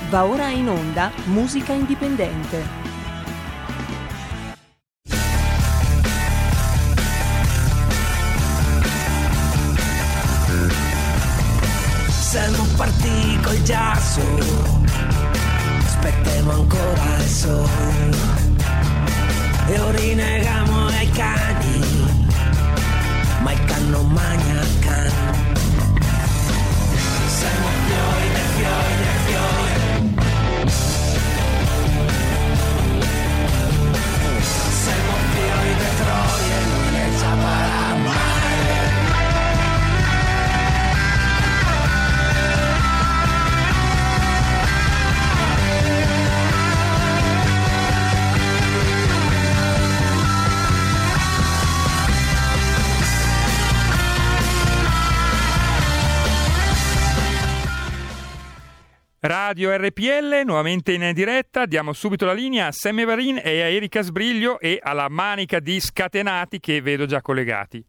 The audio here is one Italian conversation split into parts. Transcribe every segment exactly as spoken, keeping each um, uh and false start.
Va ora in onda Musica Indipendente. Se non partì col giasso, aspettiamo ancora il sole e orinegamo ai cani, ma il can non magna can. Siamo fiori de fiori de fiori, siamo fiori de troie, lui ne saprà mai. Radio R P L, nuovamente in diretta, diamo subito la linea a Sammy Varin e a Erika Sbriglio e alla manica di scatenati che vedo già collegati.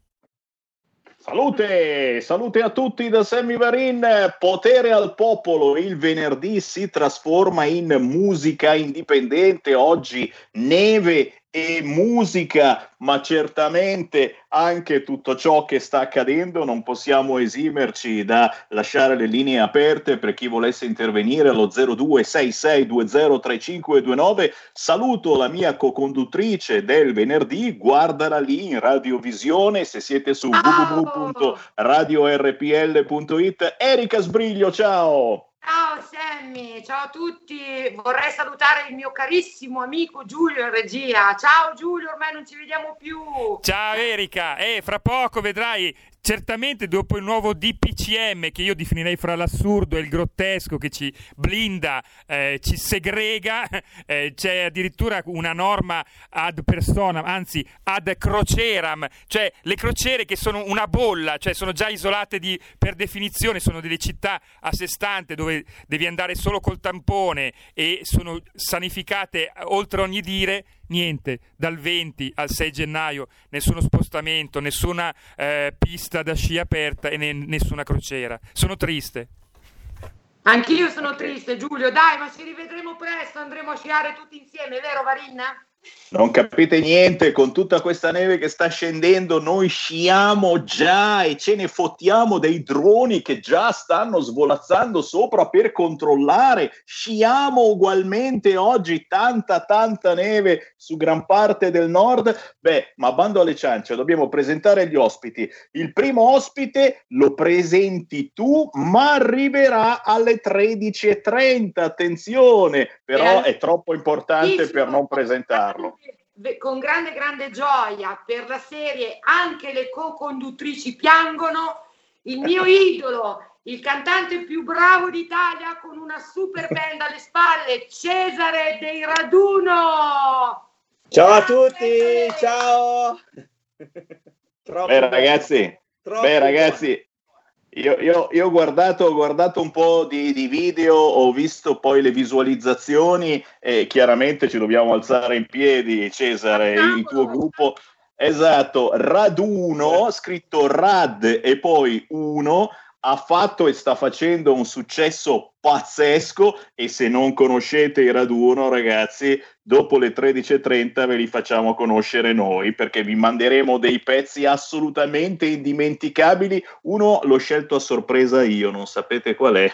Salute, salute a tutti da Sammy Varin. Potere al popolo, il venerdì si trasforma in musica indipendente, oggi neve e musica, ma certamente anche tutto ciò che sta accadendo. Non possiamo esimerci da lasciare le linee aperte per chi volesse intervenire allo zero due sei sei due zero tre cinque due nove. Saluto la mia co-conduttrice del venerdì, guardala lì in radiovisione se siete su w w w punto radio r p l punto i t. Erika Sbriglio, ciao! Ciao Sammy, ciao a tutti, vorrei salutare il mio carissimo amico Giulio in regia. Ciao Giulio, ormai non ci vediamo più. Ciao Erika, e fra poco vedrai, certamente dopo il nuovo D P C M, che io definirei fra l'assurdo e il grottesco, che ci blinda, eh, ci segrega, eh, c'è addirittura una norma ad personam, anzi ad croceram, cioè le crociere che sono una bolla, cioè sono già isolate di, per definizione, sono delle città a sé stante dove devi andare solo col tampone e sono sanificate oltre ogni dire. Niente, dal venti al sei gennaio nessuno spostamento, nessuna eh, pista da sci aperta e ne- nessuna crociera. Sono triste. Anch'io sono triste Giulio, dai, ma ci rivedremo presto, andremo a sciare tutti insieme, vero Varin? Non capite niente, con tutta questa neve che sta scendendo noi sciamo già e ce ne fottiamo dei droni che già stanno svolazzando sopra per controllare. Sciamo ugualmente oggi, tanta tanta neve su gran parte del nord. Beh, ma bando alle ciance, dobbiamo presentare gli ospiti. Il primo ospite lo presenti tu, ma arriverà alle tredici e trenta, attenzione, però è troppo importante per non presentarlo. Con grande grande gioia per la serie Anche le co-conduttrici piangono, il mio idolo, il cantante più bravo d'Italia con una super band alle spalle, Cesare Dei Raduno. Ciao a tutti, ciao. Troppo beh ragazzi, troppo beh ragazzi, io, io, io ho guardato, ho guardato un po' di, di video, ho visto poi le visualizzazioni e chiaramente ci dobbiamo alzare in piedi, Cesare, il tuo gruppo, esatto, Raduno, scritto Rad e poi uno, ha fatto e sta facendo un successo pazzesco e se non conoscete il Raduno, ragazzi, dopo le tredici e trenta ve li facciamo conoscere noi perché vi manderemo dei pezzi assolutamente indimenticabili. Uno l'ho scelto a sorpresa io, non sapete qual è.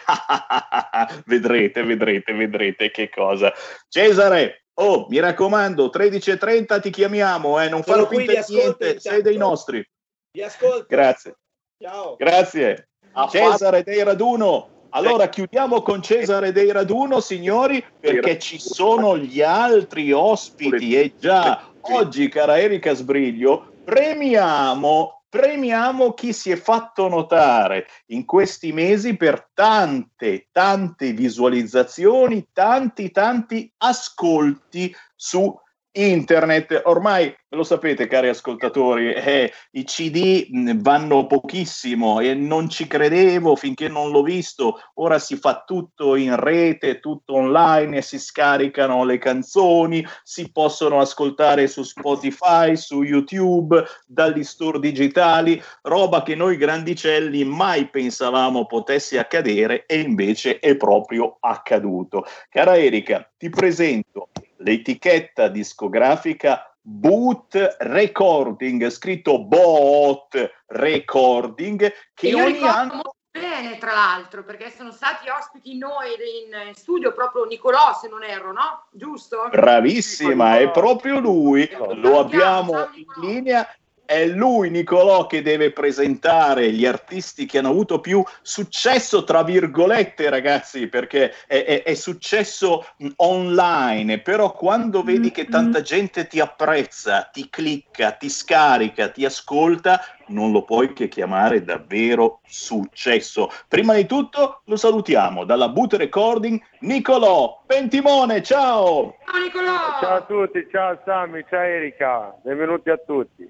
vedrete, vedrete, vedrete che cosa. Cesare, oh, mi raccomando, tredici e trenta ti chiamiamo, eh, non farò finta di niente, sei dei nostri. Vi ascolto. Grazie. Ciao. Grazie. Cesare Dei Raduno. Allora chiudiamo con Cesare Dei Raduno, signori, perché ci sono gli altri ospiti e già oggi, cara Erika Sbriglio, premiamo, premiamo chi si è fatto notare in questi mesi per tante, tante visualizzazioni, tanti, tanti ascolti su internet. Ormai lo sapete, cari ascoltatori, eh, i C D mh, vanno pochissimo e non ci credevo finché non l'ho visto. Ora si fa tutto in rete, tutto online, e si scaricano le canzoni, si possono ascoltare su Spotify, su YouTube, dagli store digitali, roba che noi grandicelli mai pensavamo potesse accadere, e invece è proprio accaduto. Cara Erika, ti presento l'etichetta discografica Boot Recording, scritto Boot Recording, che io ogni anno... molto bene, tra l'altro, perché sono stati ospiti noi in studio proprio Nicolò, se non erro, no? Giusto? Bravissima, è proprio lui, lo abbiamo Ciao, in Nicolò. linea. È lui, Nicolò, che deve presentare gli artisti che hanno avuto più successo, tra virgolette, ragazzi, perché è, è, è successo online, però quando vedi che tanta gente ti apprezza, ti clicca, ti scarica, ti ascolta, non lo puoi che chiamare davvero successo. Prima di tutto lo salutiamo dalla Boot Recording, Nicolò Pentimone, ciao! Ciao Nicolò! Ciao a tutti, ciao Sammy, ciao Erika, benvenuti a tutti.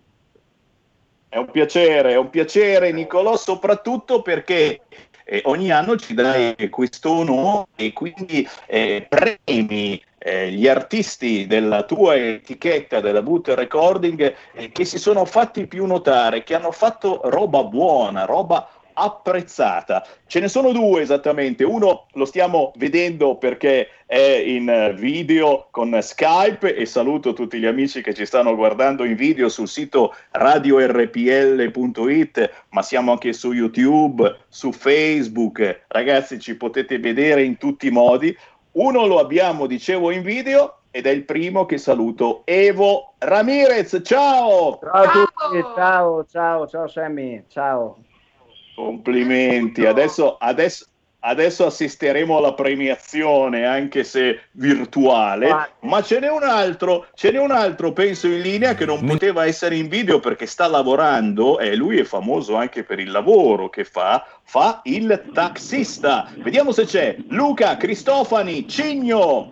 È un piacere, è un piacere Nicolò, soprattutto perché eh, ogni anno ci dai questo onore e quindi eh, premi eh, gli artisti della tua etichetta, della Boot Recording, eh, che si sono fatti più notare, che hanno fatto roba buona, roba apprezzata. Ce ne sono due esattamente, uno lo stiamo vedendo perché è in video con Skype, e saluto tutti gli amici che ci stanno guardando in video sul sito radio r p l punto i t, ma siamo anche su YouTube, su Facebook, ragazzi, ci potete vedere in tutti i modi. Uno lo abbiamo, dicevo, in video, ed è il primo che saluto, Evo Ramirez, ciao! Ciao a tutti, ciao, ciao, ciao Sammy, ciao. Complimenti, adesso, adesso, adesso assisteremo alla premiazione, anche se virtuale, ma ce n'è un altro, ce n'è un altro, penso, in linea, che non poteva essere in video perché sta lavorando, e lui è famoso anche per il lavoro che fa, fa il taxista. Vediamo se c'è Luca Cristofani Cigno.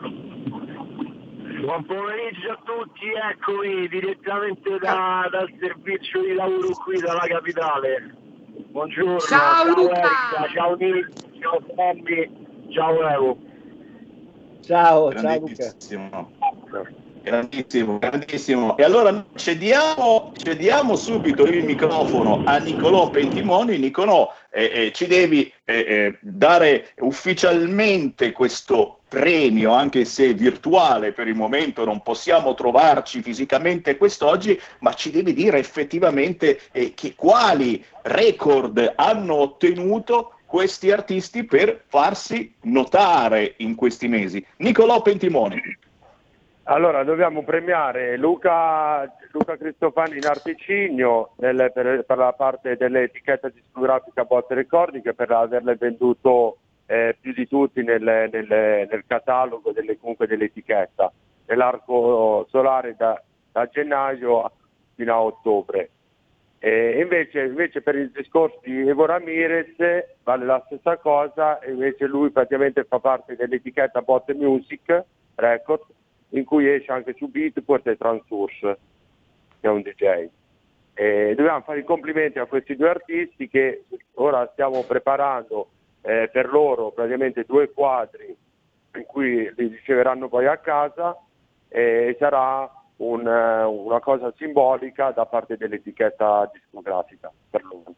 Buon pomeriggio a tutti, eccomi direttamente da, dal servizio di lavoro qui dalla capitale. Buongiorno, ciao, ciao Luca. Erika, ciao Nil, ciao Tommy, ciao Evo. Ciao, ciao Luca. Grandissimo, grandissimo, grandissimo. E allora cediamo, cediamo subito il microfono a Nicolò Pentimoni. Nicolò, eh, eh, ci devi eh, eh, dare ufficialmente questo premio, anche se virtuale per il momento, non possiamo trovarci fisicamente quest'oggi, ma ci devi dire effettivamente eh, che quali record hanno ottenuto questi artisti per farsi notare in questi mesi. Nicolò Pentimoni. Allora, dobbiamo premiare Luca, Luca Cristofani in Articigno nel, per, per la parte dell'etichetta discografica Boot Recording, per averle venduto Eh, più di tutti nel, nel, nel catalogo delle, comunque dell'etichetta, nell'arco solare da, da gennaio fino a ottobre. E invece, invece per il discorso di Evo Ramirez vale la stessa cosa, e invece lui praticamente fa parte dell'etichetta Boot Music Record, in cui esce anche su Beatport e Transource, che è un D J. E dobbiamo fare i complimenti a questi due artisti, che ora stiamo preparando Eh, per loro praticamente due quadri in cui li riceveranno poi a casa, e eh, sarà un, eh, una cosa simbolica da parte dell'etichetta discografica per loro.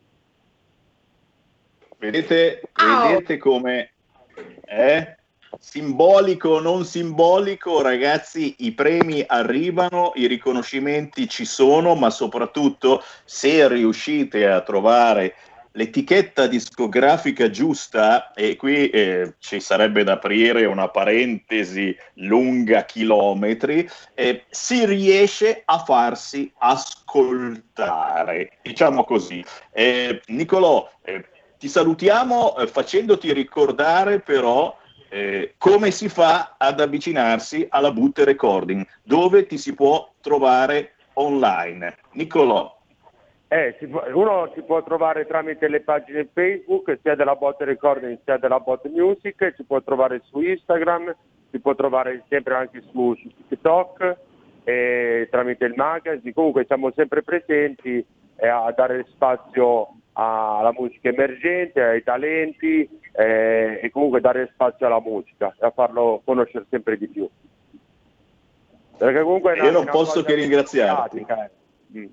Vedete, vedete come è simbolico o non simbolico, ragazzi, i premi arrivano, i riconoscimenti ci sono, ma soprattutto se riuscite a trovare l'etichetta discografica giusta, e qui eh, ci sarebbe da aprire una parentesi lunga chilometri, eh, si riesce a farsi ascoltare, diciamo così. Eh, Nicolò, eh, ti salutiamo eh, facendoti ricordare però eh, come si fa ad avvicinarsi alla Boot Recording, dove ti si può trovare online. Nicolò. Eh, si può, uno si può trovare tramite le pagine Facebook sia della Boot Recording sia della Boot Music, si può trovare su Instagram, si può trovare sempre anche su, su TikTok, e tramite il magazine, comunque siamo sempre presenti eh, a dare spazio alla musica emergente, ai talenti eh, e comunque dare spazio alla musica e a farlo conoscere sempre di più. Perché comunque è una, io non una posso che ringraziarti. Eh. Mm.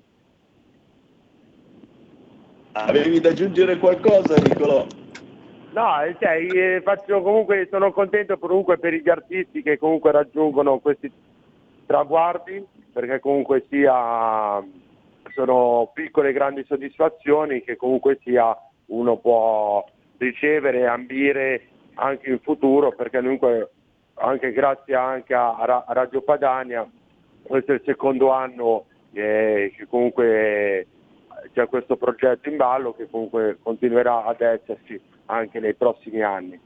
Avevi da aggiungere qualcosa, Nicolò? No, cioè, eh, faccio comunque, sono contento comunque per gli artisti che comunque raggiungono questi traguardi, perché comunque sia sono piccole e grandi soddisfazioni che comunque sia uno può ricevere e ambire anche in futuro, perché comunque anche grazie anche a, a Radio Padania, questo è il secondo anno eh, che comunque c'è questo progetto in ballo che comunque continuerà ad esserci anche nei prossimi anni.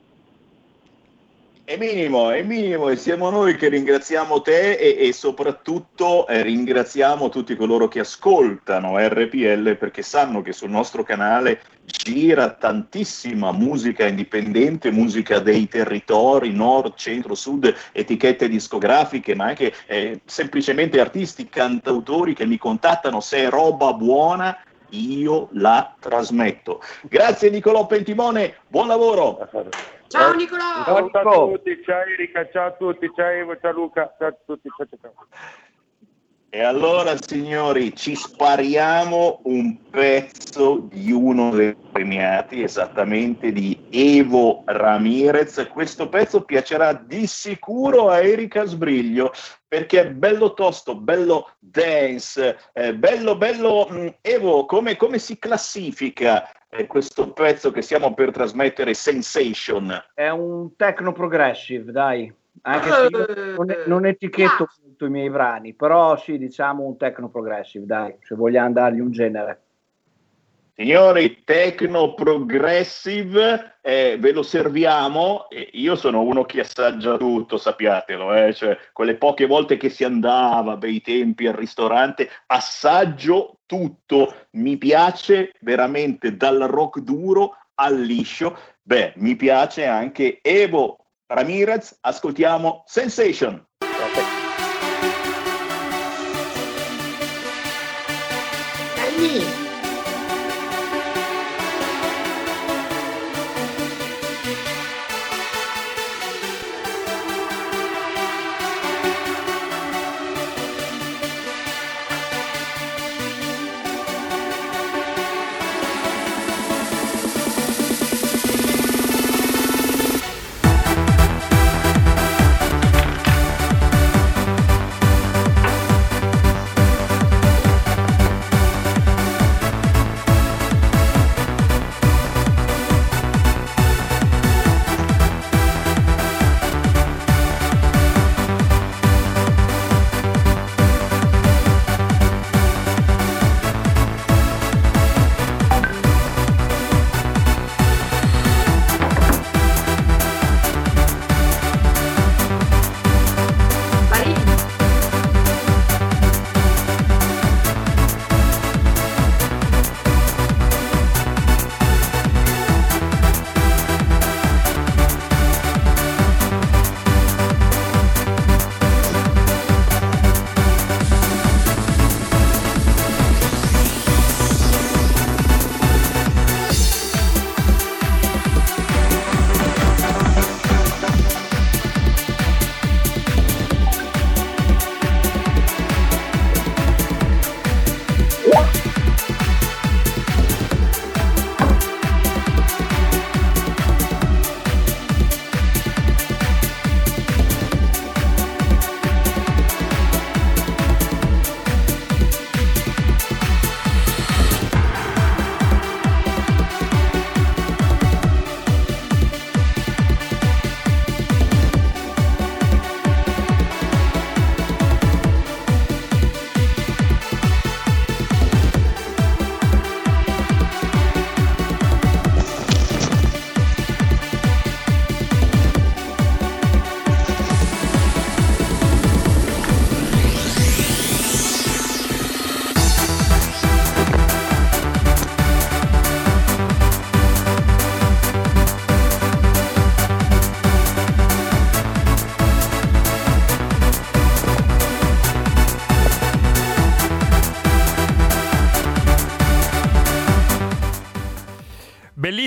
È minimo, è minimo, e siamo noi che ringraziamo te e, e soprattutto eh, ringraziamo tutti coloro che ascoltano R P L, perché sanno che sul nostro canale gira tantissima musica indipendente, musica dei territori, nord, centro, sud, etichette discografiche, ma anche eh, semplicemente artisti, cantautori che mi contattano: se è roba buona io la trasmetto. Grazie Nicolò Pentimone, buon lavoro. Ciao Nicolò. Ciao a tutti, ciao Erika, ciao a tutti, ciao Evo, ciao Luca, ciao a tutti, ciao ciao. E allora signori, ci spariamo un pezzo di uno dei premiati, esattamente di Evo Ramirez. Questo pezzo piacerà di sicuro a Erika Sbriglio, perché è bello tosto, bello dance, eh, bello bello. Mh, Evo, come, come si classifica eh, questo pezzo che stiamo per trasmettere, Sensation? È un techno progressive, dai, anche se io non, non etichetto molto i miei brani, però sì, diciamo un techno progressive, dai, se vogliamo dargli un genere. Signori, techno progressive, eh, ve lo serviamo. Eh, io sono uno che assaggia tutto, sappiatelo, eh? Cioè, quelle poche volte che si andava, bei tempi al ristorante, assaggio tutto. Mi piace veramente dal rock duro al liscio. Beh, mi piace anche Evo Ramirez. Ascoltiamo Sensation.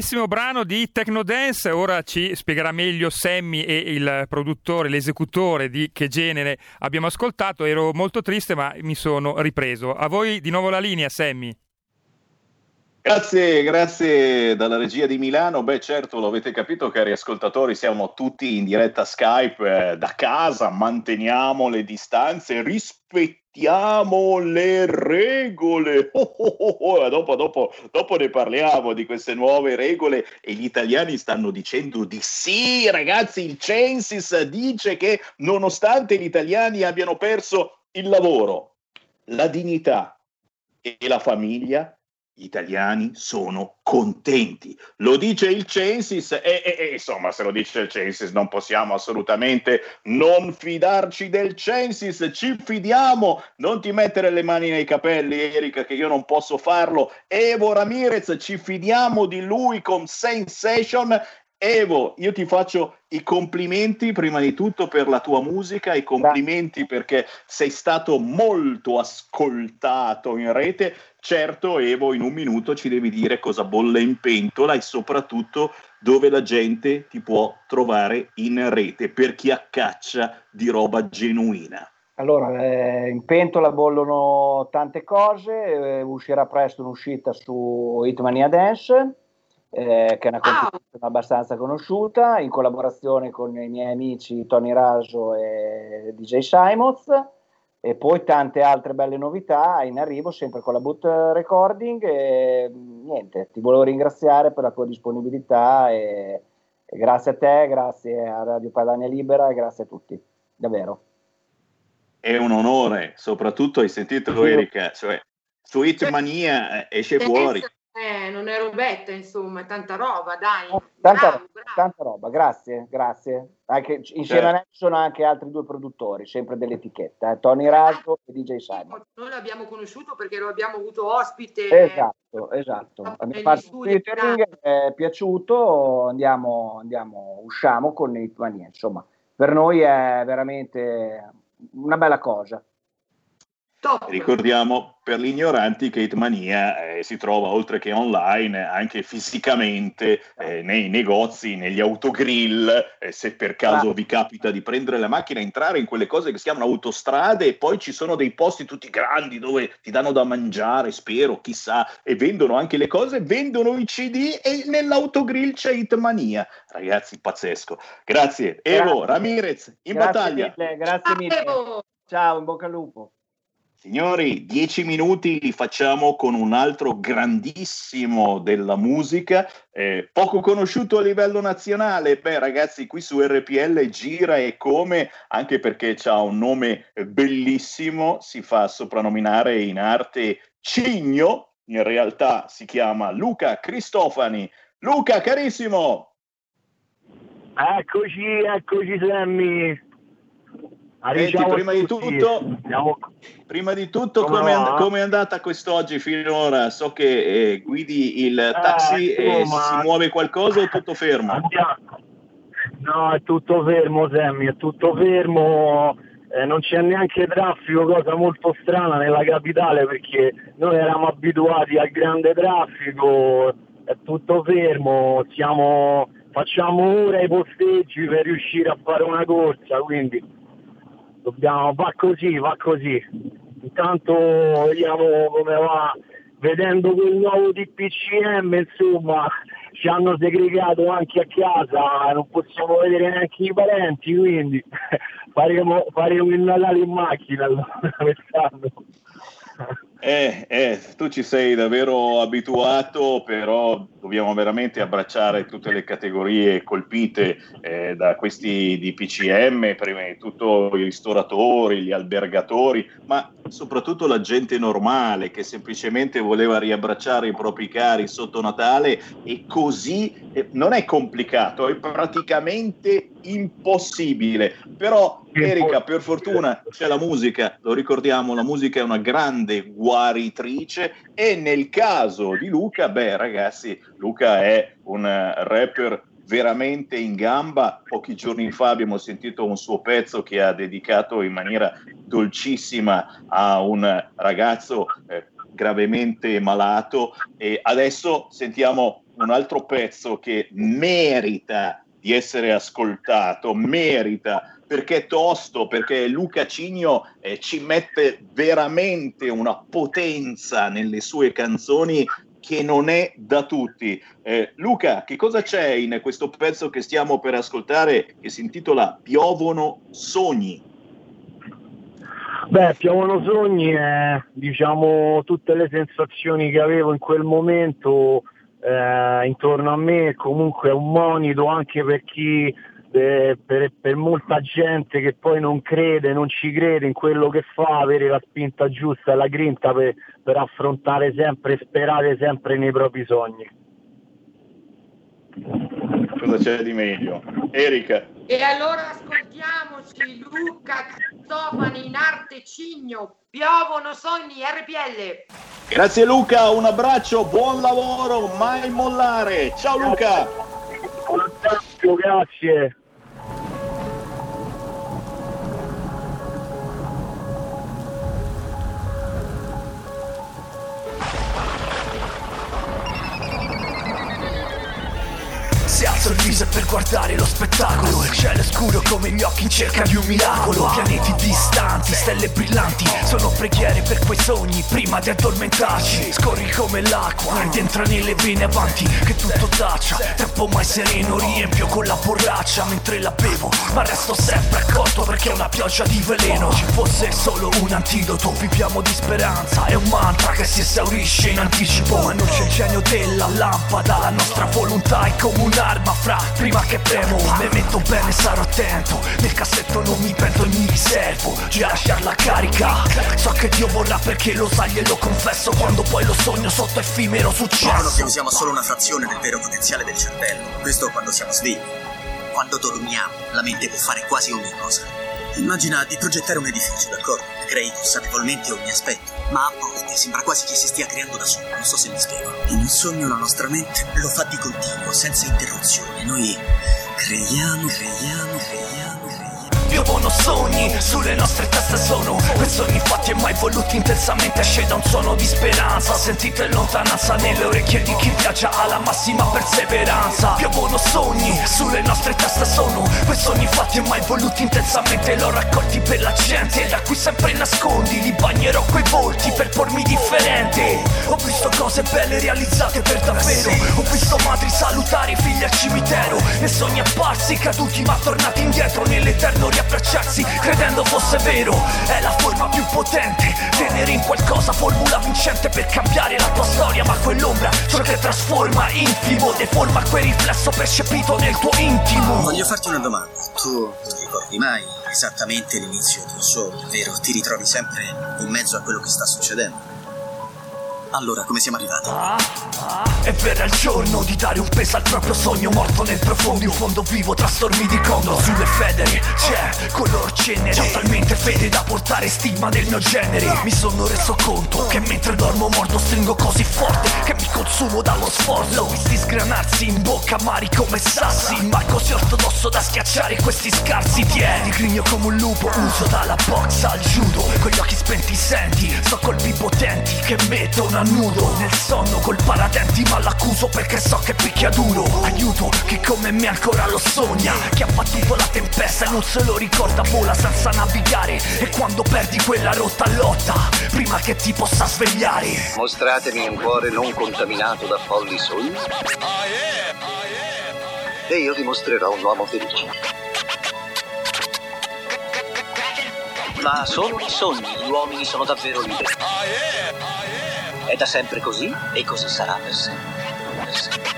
bellissimo brano di Techno Dance. Ora ci spiegherà meglio Sammy e il produttore, l'esecutore di che genere abbiamo ascoltato. Ero molto triste ma mi sono ripreso. A voi di nuovo la linea, Sammy. Grazie, grazie dalla regia di Milano. Beh, certo, lo avete capito, cari ascoltatori, siamo tutti in diretta Skype eh, da casa, manteniamo le distanze, rispettiamo le regole. Oh, oh, oh, oh. Dopo, dopo, dopo ne parliamo di queste nuove regole e gli italiani stanno dicendo di sì, ragazzi, il Censis dice che nonostante gli italiani abbiano perso il lavoro, la dignità e la famiglia, gli italiani sono contenti. Lo dice il Censis e, e, e insomma, se lo dice il Censis non possiamo assolutamente non fidarci del Censis. Ci fidiamo. Non ti mettere le mani nei capelli, Erika, che io non posso farlo. Evo Ramirez, ci fidiamo di lui con Sensation. Evo, io ti faccio i complimenti prima di tutto per la tua musica, i complimenti perché sei stato molto ascoltato in rete. Certo, Evo, in un minuto ci devi dire cosa bolle in pentola e soprattutto dove la gente ti può trovare in rete per chi ha caccia di roba genuina. Allora, eh, in pentola bollono tante cose, eh, uscirà presto un'uscita su Hitmania Dance, Eh, che è una competizione abbastanza conosciuta, in collaborazione con i miei amici Tony Raso e D J Simons, e poi tante altre belle novità in arrivo sempre con la Boot Recording. E niente, ti volevo ringraziare per la tua disponibilità e, e grazie a te, grazie a Radio Padania Libera e grazie a tutti, davvero. È un onore, soprattutto hai sentito sì. Erika, cioè su Hitmania esce fuori. Eh, non è robetta, insomma, è tanta roba, dai. Oh, tanta, bravo, bravo. tanta roba, grazie, grazie. Anche, insieme certo. a me ci sono anche altri due produttori, sempre dell'etichetta, eh, Tony Raso e D J Simon. Noi l'abbiamo conosciuto perché lo abbiamo avuto ospite. Esatto, esatto. Abbiamo fatto il featuring, è piaciuto, andiamo, andiamo, usciamo con Hitmania, insomma. Per noi è veramente una bella cosa. Top. Ricordiamo per gli ignoranti che Hitmania eh, si trova oltre che online anche fisicamente eh, nei negozi, negli autogrill, eh, se per caso ah. vi capita di prendere la macchina, entrare in quelle cose che si chiamano autostrade e poi ci sono dei posti tutti grandi dove ti danno da mangiare, spero, chissà, e vendono anche le cose, vendono i C D e nell'autogrill c'è Hitmania. Ragazzi, pazzesco. Grazie. Evo Ramirez, in grazie battaglia. Mille, grazie mille. Ciao, in bocca al lupo. Signori, dieci minuti li facciamo con un altro grandissimo della musica, eh, poco conosciuto a livello nazionale. Beh, ragazzi, qui su R P L gira e come, anche perché c'ha un nome bellissimo, si fa soprannominare in arte Cigno, in realtà si chiama Luca Cristofani. Luca, carissimo! Eccoci, eccoci Sammy! Senti, prima di tutto, prima di tutto come, and- come è andata quest'oggi finora? So che eh, guidi il taxi eh, e si muove qualcosa o tutto fermo? No, è tutto fermo Sammy, è tutto fermo, eh, non c'è neanche traffico, cosa molto strana nella capitale perché noi eravamo abituati al grande traffico, è tutto fermo, siamo, facciamo ora i posteggi per riuscire a fare una corsa, quindi... Dobbiamo, va così, va così. Intanto vediamo come va. Vedendo quel nuovo D P C M, insomma, ci hanno segregato anche a casa, non possiamo vedere neanche i parenti, quindi faremo, faremo il Natale in macchina allora, quest'anno. Eh, eh, tu ci sei davvero abituato, però dobbiamo veramente abbracciare tutte le categorie colpite eh, da questi D P C M, prima di tutto i ristoratori, gli albergatori, ma soprattutto la gente normale che semplicemente voleva riabbracciare i propri cari sotto Natale, e così eh, non è complicato, è praticamente impossibile. Però Erika, per fortuna c'è la musica, lo ricordiamo, la musica è una grande guaritrice, e nel caso di Luca, beh ragazzi, Luca è un rapper veramente in gamba. Pochi giorni fa abbiamo sentito un suo pezzo che ha dedicato in maniera dolcissima a un ragazzo eh, gravemente malato, e adesso sentiamo un altro pezzo che merita di essere ascoltato, merita, perché è tosto, perché Luca Cigno eh, ci mette veramente una potenza nelle sue canzoni che non è da tutti. Eh, Luca, che cosa c'è in questo pezzo che stiamo per ascoltare, che si intitola Piovono sogni? Beh, Piovono sogni è, diciamo, tutte le sensazioni che avevo in quel momento eh, intorno a me. Comunque è un monito anche per chi, per, per, per molta gente che poi non crede, non ci crede in quello che fa, avere la spinta giusta e la grinta per, per affrontare sempre, sperare sempre nei propri sogni. Cosa c'è di meglio? Erika. E allora ascoltiamoci Luca Cristofani in arte Cigno, Piovono sogni, R P L. Grazie Luca, un abbraccio, buon lavoro, mai mollare. Ciao Luca. Grazie. Si alza il viso per guardare lo spettacolo. Il cielo è scuro come gli occhi in cerca di un miracolo. Pianeti distanti, stelle brillanti, sono preghiere per quei sogni prima di addormentarci. Scorri come l'acqua ed entra nelle vene avanti che tutto taccia. Tempo mai sereno riempio con la borraccia mentre la bevo, ma resto sempre accorto perché è una pioggia di veleno. Ci fosse solo un antidoto, viviamo di speranza. È un mantra che si esaurisce in anticipo, ma non c'è il genio della lampada. La nostra volontà è come un arma fra prima che premo. Me metto bene, sarò attento. Nel cassetto non mi pento e mi riservo di lasciar la carica. So che Dio vorrà perché lo sa, glielo confesso. Quando poi lo sogno sotto effimero successo. Che usiamo solo una frazione del vero potenziale del cervello. Questo quando siamo svegli. Quando dormiamo la mente può fare quasi ogni cosa. Immagina di progettare un edificio, d'accordo? Crei consapevolmente ogni aspetto, ma a volte sembra quasi che si stia creando da solo, non so se mi spiego. In un sogno la nostra mente lo fa di continuo, senza interruzione. Noi creiamo, creiamo, creiamo, creiamo. Piovono sogni, sulle nostre teste sono quei sogni fatti e mai voluti intensamente. Esce da un suono di speranza, sentite in lontananza nelle orecchie di chi viaggia alla massima perseveranza. Piovono sogni, sulle nostre teste sono quei sogni fatti e mai voluti intensamente. L'ho raccolti per la gente da cui sempre nascondi. Li bagnerò quei volti per pormi differente. Ho visto cose belle realizzate per davvero. Ho visto madri salutare i figli al cimitero, e sogni apparsi caduti ma tornati indietro nell'eterno abbracciarsi credendo fosse vero. È la forma più potente, tenere in qualcosa formula vincente per cambiare la tua storia. Ma quell'ombra, ciò che trasforma infimo, deforma quel riflesso percepito nel tuo intimo. Voglio farti una domanda. Tu non ricordi mai esattamente l'inizio di un sogno, vero? Ti ritrovi sempre in mezzo a quello che sta succedendo. Allora, come siamo arrivati? Ah, ah, e verrà il giorno di dare un peso al proprio sogno morto nel profondo, un fondo vivo tra stormi di condor. Sulle federe c'è color cenere, ho talmente fede da portare stigma del mio genere. Mi sono reso conto che mentre dormo morto stringo così forte che mi consumo dallo sforzo. L'ho visti sgranarsi in bocca amari come sassi, ma così ortodosso da schiacciare questi scarsi. Tieni, grigno come un lupo, uso dalla box al judo. Con gli occhi spenti senti, so colpi potenti che mettono a nudo nel sonno col paradenti, ma l'accuso perché so che picchia duro. Aiuto chi come me ancora lo sogna, che ha battuto la tempesta e non se lo ricorda, vola senza navigare, e quando perdi quella rotta lotta prima che ti possa svegliare. Mostratemi un cuore non contaminato da folli sogni e io vi mostrerò un uomo felice. Ma solo i sogni gli uomini sono davvero liberi. È da sempre così e così sarà per sempre. Per sempre.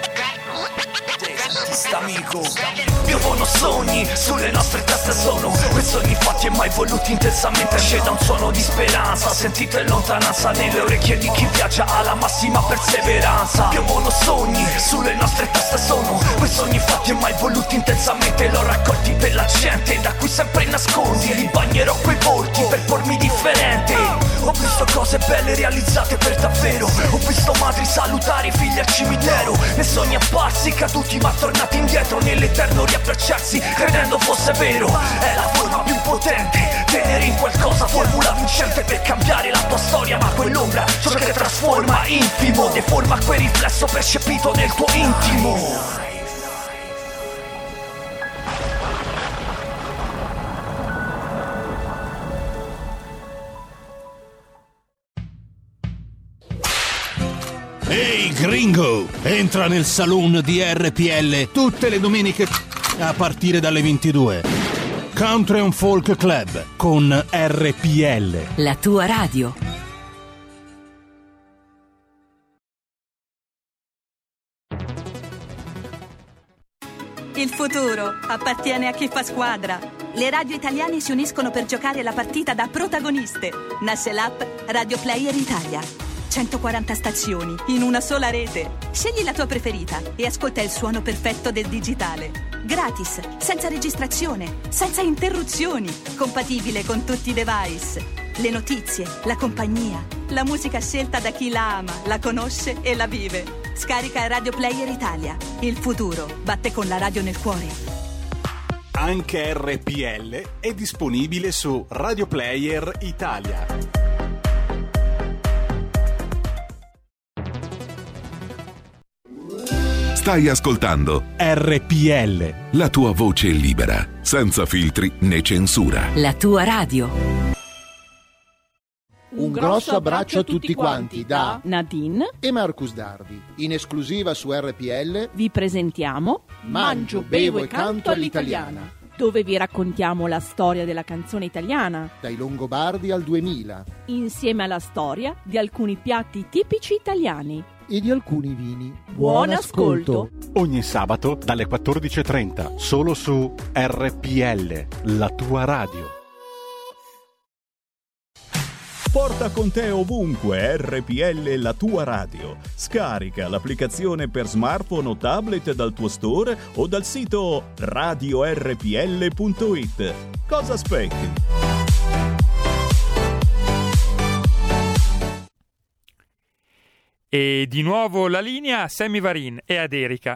Amico, piovono sogni, sulle nostre teste sono quei sogni fatti e mai voluti intensamente. Esce da un suono di speranza, sentite in lontananza nelle orecchie di chi viaggia alla massima perseveranza. Piovono sogni, sulle nostre teste sono quei sogni fatti e mai voluti intensamente. L'ho raccolti per la gente da cui sempre nascondi. Li bagnerò quei volti per pormi differente. Ho visto cose belle realizzate per davvero. Ho visto madri salutare i figli al cimitero, e sogni apparsi caduti ma tornati tornati indietro nell'eterno riabbracciarsi, credendo fosse vero. È la forma più potente, tenere in qualcosa formula vincente per cambiare la tua storia, ma quell'ombra, ciò che trasforma infimo, deforma quel riflesso percepito nel tuo intimo. Ehi hey gringo, entra nel saloon di R P L tutte le domeniche a partire dalle ventidue. Country and Folk Club con R P L, la tua radio. Il futuro appartiene a chi fa squadra. Le radio italiane si uniscono per giocare la partita da protagoniste. Nasce l'app Radio Player Italia. centoquaranta stazioni in una sola rete. Scegli la tua preferita e ascolta il suono perfetto del digitale. Gratis, senza registrazione, senza interruzioni, compatibile con tutti i device. Le notizie, la compagnia, la musica scelta da chi la ama, la conosce e la vive. Scarica Radio Player Italia. Il futuro batte con la radio nel cuore. Anche R P L è disponibile su Radio Player Italia. Stai ascoltando R P L, la tua voce libera, senza filtri né censura. La tua radio. Un grosso abbraccio a tutti quanti da Nadine e Marcus Dardi. In esclusiva su R P L vi presentiamo Mangio, bevo e canto all'italiana, dove vi raccontiamo la storia della canzone italiana dai Longobardi al duemila, insieme alla storia di alcuni piatti tipici italiani e di alcuni vini. Buon ascolto. Ogni sabato dalle quattordici e trenta solo su R P L, la tua radio. Porta con te ovunque R P L, la tua radio. Scarica l'applicazione per smartphone o tablet dal tuo store o dal sito radio r p l punto i t. Cosa aspetti? E di nuovo la linea a Sammy Varin e ad Erika.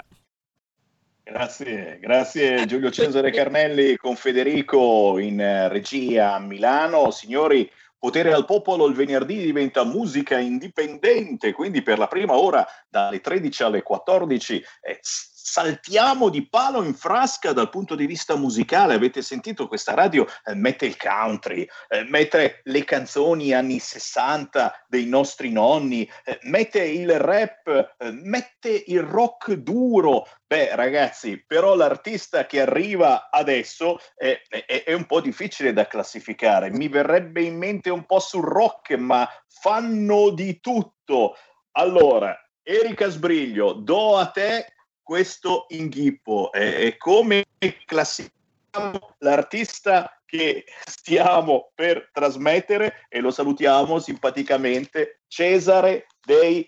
Grazie, grazie Giulio Cesare Carnelli con Federico in regia a Milano. Signori, Potere al Popolo il venerdì diventa musica indipendente, quindi per la prima ora dalle tredici alle quattordici eh, saltiamo di palo in frasca dal punto di vista musicale. Avete sentito, questa radio eh, mette il country, eh, mette le canzoni anni sessanta dei nostri nonni, eh, mette il rap, eh, mette il rock duro. Beh ragazzi, però l'artista che arriva adesso è, è, è un po' difficile da classificare. Mi verrebbe in mente un po' sul rock, ma fanno di tutto. Allora, Erika Sbriglio, do a te questo inghippo. E, e come classifichiamo l'artista che stiamo per trasmettere? E lo salutiamo simpaticamente, Cesare dei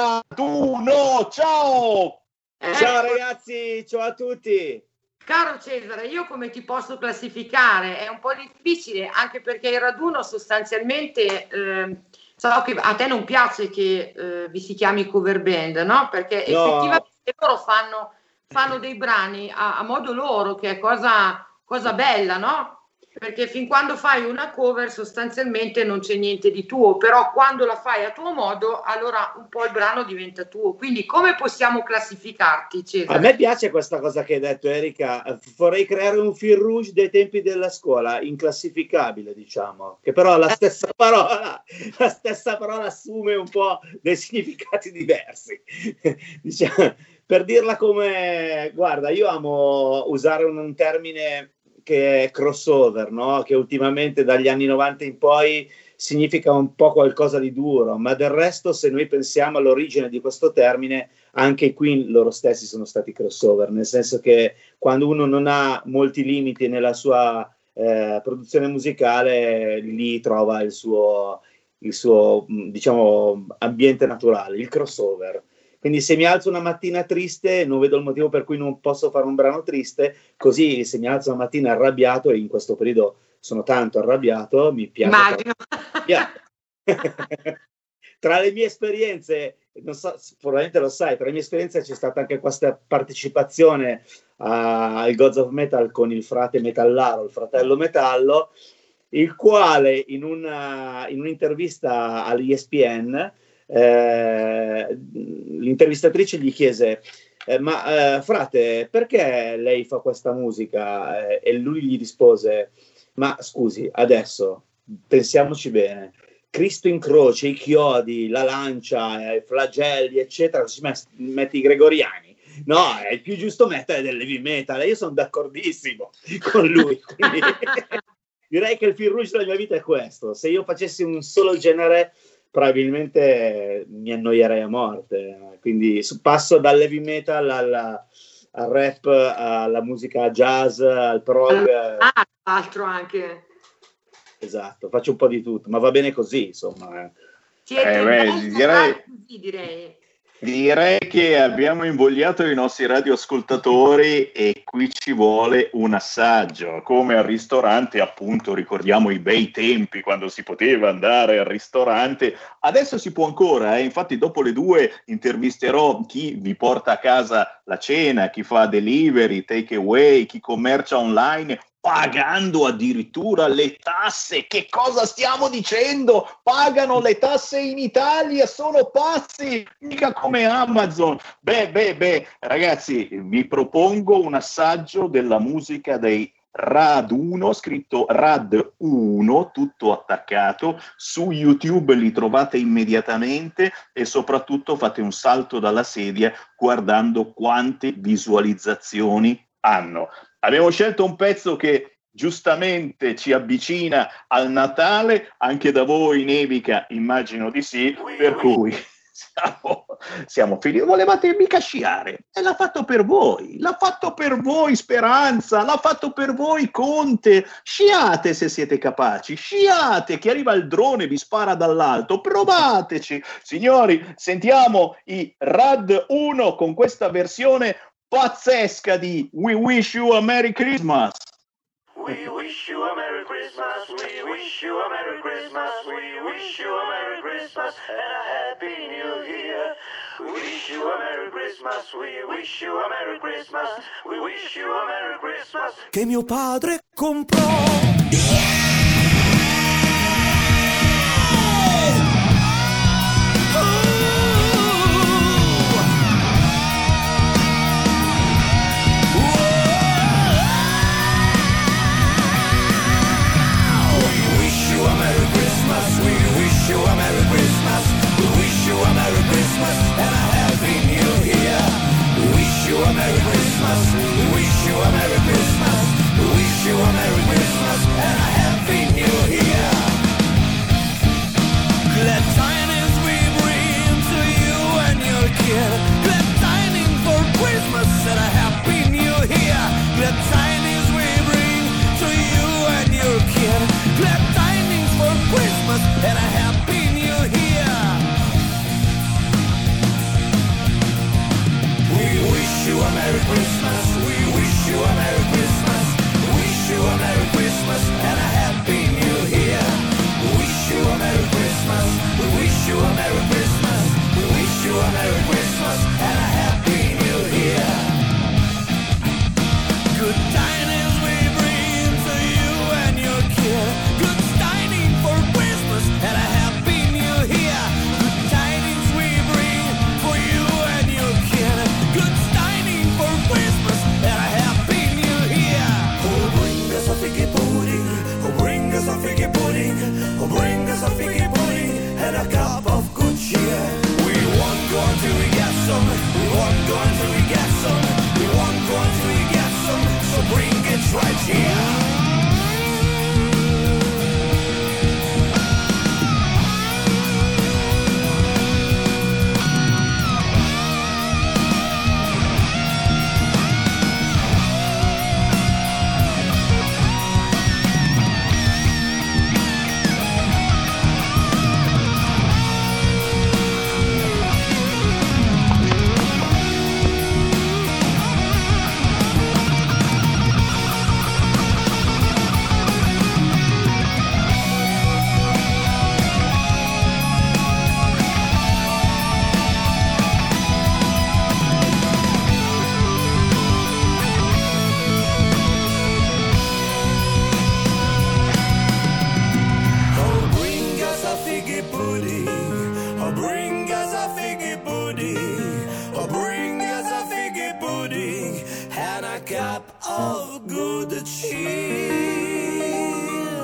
Raduno. Ciao! Ciao ragazzi, ciao a tutti. Caro Cesare, io come ti posso classificare? È un po' difficile, anche perché il raduno sostanzialmente, eh, so che a te non piace che eh, vi si chiami cover band, no? Perché no. Effettivamente loro fanno, fanno dei brani a, a modo loro, che è cosa, cosa bella, no? Perché fin quando fai una cover sostanzialmente non c'è niente di tuo, però quando la fai a tuo modo allora un po' il brano diventa tuo. Quindi come possiamo classificarti, Cesare? A me piace questa cosa che hai detto, Erika. Vorrei creare un fil rouge dei tempi della scuola, inclassificabile, diciamo, che però la stessa parola, la stessa parola assume un po' dei significati diversi. Diciamo, per dirla come, guarda, io amo usare un, un termine che è crossover, no? Che ultimamente dagli anni novanta in poi significa un po' qualcosa di duro, ma del resto se noi pensiamo all'origine di questo termine, anche qui loro stessi sono stati crossover, nel senso che quando uno non ha molti limiti nella sua eh, produzione musicale, lì trova il suo, il suo diciamo ambiente naturale, il crossover. Quindi se mi alzo una mattina triste non vedo il motivo per cui non posso fare un brano triste, così se mi alzo una mattina arrabbiato, e in questo periodo sono tanto arrabbiato, mi piace. tra le mie esperienze, non so, probabilmente lo sai, tra le mie esperienze c'è stata anche questa partecipazione al Gods of Metal con il frate Metallaro, il fratello Metallo, il quale in, una, in un'intervista all'E S P N eh, l'intervistatrice gli chiese eh, ma eh, frate, perché lei fa questa musica? Eh, e lui gli rispose, ma scusi, adesso pensiamoci bene, Cristo in croce, i chiodi, la lancia, i flagelli, eccetera, si mette i gregoriani. No, è il più giusto mettere dell'heavy metal. Io sono d'accordissimo con lui. Quindi direi che il fil rouge della mia vita è questo. Se io facessi un solo genere, probabilmente mi annoierei a morte. Quindi passo dall'heavy metal alla, al rap, alla musica jazz, al prog. Ah, altro anche. Esatto, faccio un po' di tutto, ma va bene così, insomma. Eh, beh, direi, così, direi. direi che abbiamo invogliato i nostri radioascoltatori e qui ci vuole un assaggio, come al ristorante, appunto, ricordiamo i bei tempi quando si poteva andare al ristorante, adesso si può ancora, eh? Infatti dopo le due intervisterò chi vi porta a casa la cena, chi fa delivery, take away, chi commercia online, pagando addirittura le tasse. Che cosa stiamo dicendo? Pagano le tasse in Italia, sono pazzi, mica come Amazon. Beh, beh, beh, ragazzi, vi propongo un assaggio della musica dei Rad uno, scritto Rad uno, tutto attaccato, su YouTube li trovate immediatamente e soprattutto fate un salto dalla sedia guardando quante visualizzazioni hanno. Abbiamo scelto un pezzo che giustamente ci avvicina al Natale, anche da voi nevica, immagino di sì, per cui siamo, siamo felici. Volevate mica sciare e l'ha fatto per voi, l'ha fatto per voi Speranza, l'ha fatto per voi Conte. Sciate se siete capaci, sciate, che arriva il drone, vi spara dall'alto, provateci. Signori, sentiamo i Rad uno con questa versione pazzesca di We Wish You a Merry Christmas. We wish you a Merry Christmas, we wish you a Merry Christmas, we wish you a Merry Christmas and a Happy New Year. We wish you a Merry Christmas, we wish you a Merry Christmas, we wish you a Merry Christmas. Che mio padre comprò. Merry Christmas, we wish you a Merry Christmas and a happy of good cheer.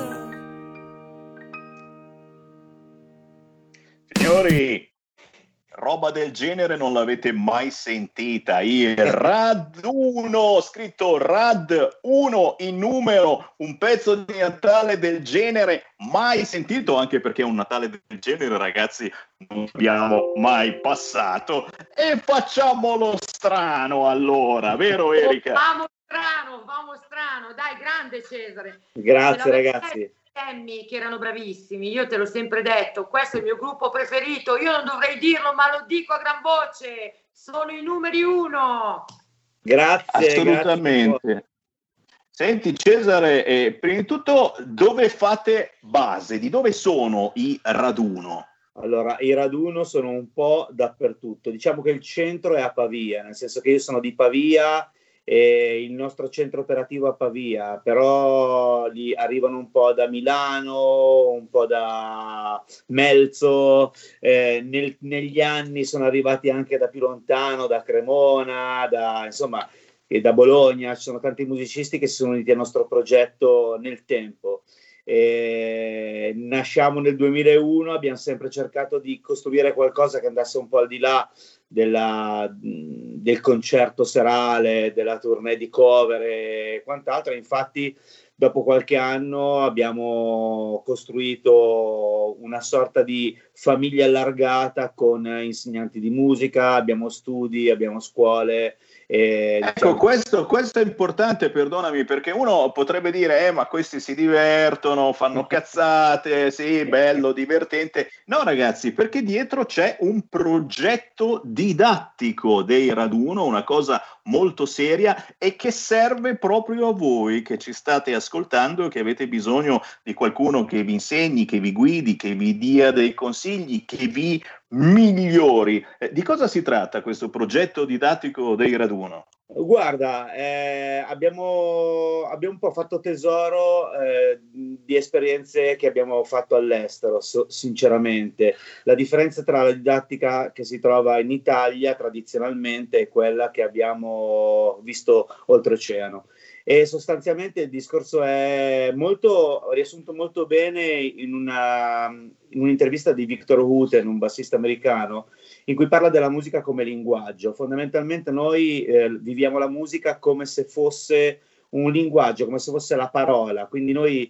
Signori, roba del genere non l'avete mai sentita. Il raduno, scritto Rad uno in numero, un pezzo di Natale del genere mai sentito, anche perché un Natale del genere, ragazzi, non abbiamo mai passato. E facciamolo strano allora, vero Erika? Famo strano, famo strano, dai, grande Cesare. Grazie ragazzi. Emmy, che erano bravissimi, io te l'ho sempre detto, questo è il mio gruppo preferito, io non dovrei dirlo ma lo dico a gran voce, sono i numeri uno. Grazie. Assolutamente. Grazie. Senti Cesare, eh, prima di tutto dove fate base, di dove sono i Raduno? Allora, i Raduno sono un po' dappertutto, diciamo che il centro è a Pavia, nel senso che io sono di Pavia e il nostro centro operativo a Pavia, però lì arrivano un po' da Milano, un po' da Melzo, eh, nel, negli anni sono arrivati anche da più lontano, da Cremona, da, insomma, e da Bologna. Ci sono tanti musicisti che si sono uniti al nostro progetto nel tempo. E nasciamo nel duemilauno, abbiamo sempre cercato di costruire qualcosa che andasse un po' al di là della, del concerto serale, della tournée di cover e quant'altro. Infatti dopo qualche anno abbiamo costruito una sorta di famiglia allargata con insegnanti di musica, abbiamo studi, abbiamo scuole. Eh, ecco, diciamo... questo, questo è importante, perdonami, perché uno potrebbe dire eh, ma questi si divertono, fanno cazzate, sì, bello, divertente. No ragazzi, perché dietro c'è un progetto didattico dei Raduno, una cosa molto seria e che serve proprio a voi che ci state ascoltando e che avete bisogno di qualcuno che vi insegni, che vi guidi, che vi dia dei consigli, che vi migliori. Eh, di cosa si tratta questo progetto didattico dei Raduno? Guarda, eh, abbiamo, abbiamo un po' fatto tesoro eh, di esperienze che abbiamo fatto all'estero, so, sinceramente. La differenza tra la didattica che si trova in Italia tradizionalmente e quella che abbiamo visto oltreoceano. E sostanzialmente il discorso è molto riassunto molto bene in, una, in un'intervista di Victor Hooten, un bassista americano, in cui parla della musica come linguaggio. Fondamentalmente noi eh, viviamo la musica come se fosse un linguaggio, come se fosse la parola. Quindi noi,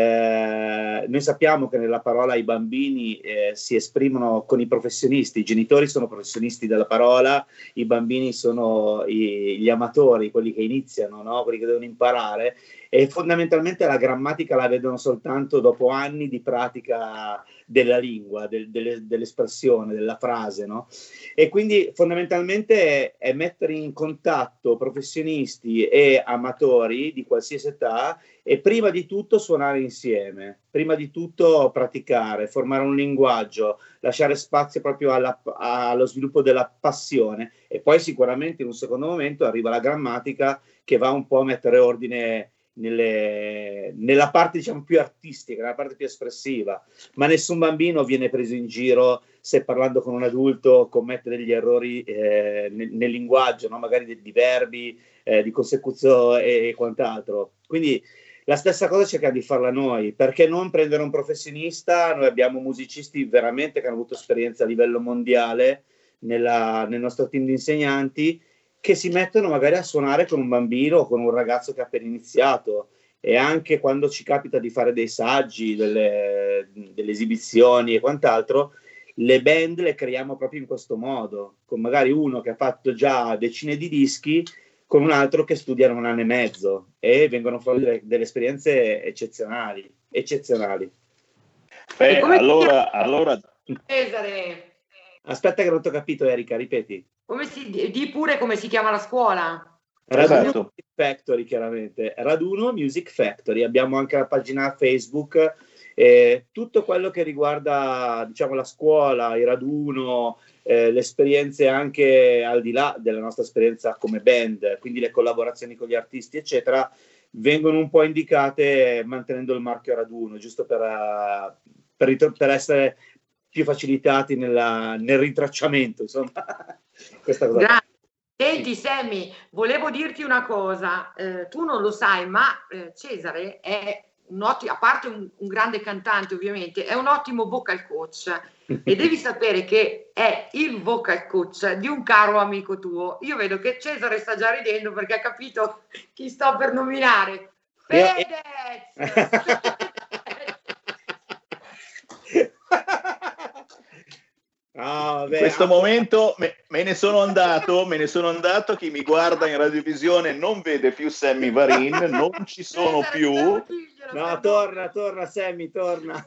eh, noi sappiamo che nella parola i bambini eh, si esprimono con i professionisti, i genitori sono professionisti della parola, i bambini sono i, gli amatori, quelli che iniziano, no? Quelli che devono imparare, e fondamentalmente la grammatica la vedono soltanto dopo anni di pratica della lingua, del, delle, dell'espressione, della frase, no? E quindi fondamentalmente è, è mettere in contatto professionisti e amatori di qualsiasi età e prima di tutto suonare insieme, prima di tutto praticare, formare un linguaggio, lasciare spazio proprio alla, allo sviluppo della passione e poi sicuramente in un secondo momento arriva la grammatica che va un po' a mettere ordine Nelle, nella parte diciamo più artistica, nella parte più espressiva, ma nessun bambino viene preso in giro se parlando con un adulto commette degli errori eh, nel, nel linguaggio, no? Magari di, di verbi, eh, di consecuzione e, e quant'altro. Quindi la stessa cosa cerchiamo di farla noi, perché non prendere un professionista? Noi abbiamo musicisti veramente che hanno avuto esperienza a livello mondiale nella, nel nostro team di insegnanti, che si mettono magari a suonare con un bambino o con un ragazzo che ha appena iniziato, e anche quando ci capita di fare dei saggi, delle, delle esibizioni e quant'altro, le band le creiamo proprio in questo modo, con magari uno che ha fatto già decine di dischi con un altro che studia un anno e mezzo, e vengono fuori delle, delle esperienze eccezionali, eccezionali. Beh, allora, allora... Cesare. Aspetta che non ti ho capito, Erika, ripeti. Come si, di pure come si chiama la scuola? Raduno esatto. Music Factory, chiaramente. Raduno Music Factory. Abbiamo anche la pagina Facebook. Eh, tutto quello che riguarda, diciamo, la scuola, il raduno, eh, le esperienze anche al di là della nostra esperienza come band, quindi le collaborazioni con gli artisti, eccetera, vengono un po' indicate mantenendo il marchio Raduno, giusto per, uh, per, per essere più facilitati nella, nel rintracciamento, insomma. Questa cosa. Gra- Senti Sammy, volevo dirti una cosa, eh, tu non lo sai, ma eh, Cesare è un ottimo, a parte un, un grande cantante ovviamente, è un ottimo vocal coach e devi sapere che è il vocal coach di un caro amico tuo. Io vedo che Cesare sta già ridendo perché ha capito chi sto per nominare. Fedez! Oh, in questo momento me, me ne sono andato, me ne sono andato. Chi mi guarda in radiovisione non vede più Sammy Varin, non ci sono più. No, torna, torna Sammy, torna.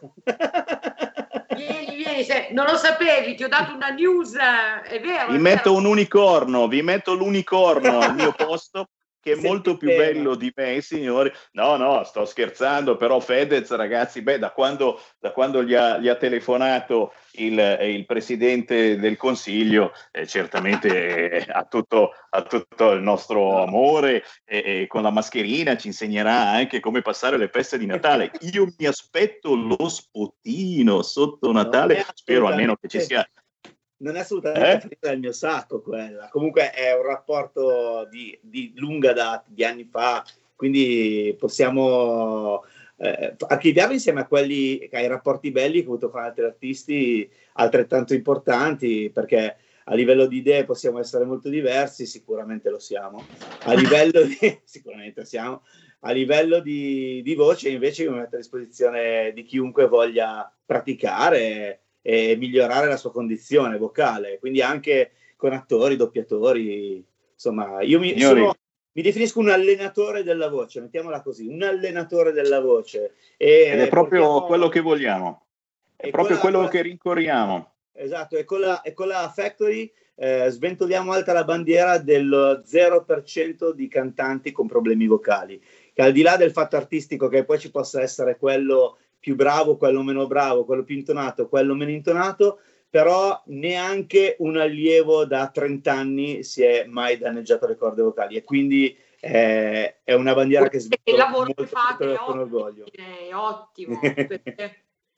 Vieni, vieni, se non lo sapevi, ti ho dato una news, è vero. Vi è metto vero. un unicorno, vi metto l'unicorno al mio posto, che è molto più bello di me, signori. No, no, sto scherzando, però Fedez, ragazzi, beh, da quando, da quando gli, ha, gli ha telefonato il, il Presidente del Consiglio, eh, certamente eh, ha, tutto, ha tutto il nostro amore e, e con la mascherina ci insegnerà anche come passare le feste di Natale. Io mi aspetto lo spotino sotto Natale, spero almeno che ci sia... Non è assolutamente eh? il mio sacco quella, comunque è un rapporto di, di lunga data, di anni fa, quindi possiamo eh, archiviarlo insieme a quelli, ai rapporti belli che ho avuto con altri artisti altrettanto importanti, perché a livello di idee possiamo essere molto diversi, sicuramente lo siamo, a livello di, sicuramente siamo, a livello di, di voce invece mi metto a disposizione di chiunque voglia praticare e migliorare la sua condizione vocale, quindi anche con attori, doppiatori, insomma, io mi, sono, mi definisco un allenatore della voce, mettiamola così, un allenatore della voce. E Ed è proprio portiamo... quello che vogliamo, è proprio quello la... che rincorriamo. Esatto, e con la, e con la Factory eh, sventoliamo alta la bandiera del zero per cento di cantanti con problemi vocali, che al di là del fatto artistico che poi ci possa essere quello più bravo, quello meno bravo, quello più intonato, quello meno intonato, però neanche un allievo da trenta anni si è mai danneggiato le corde vocali e quindi eh, è una bandiera che sventolo il lavoro molto che fate con orgoglio. È ottimo, perché,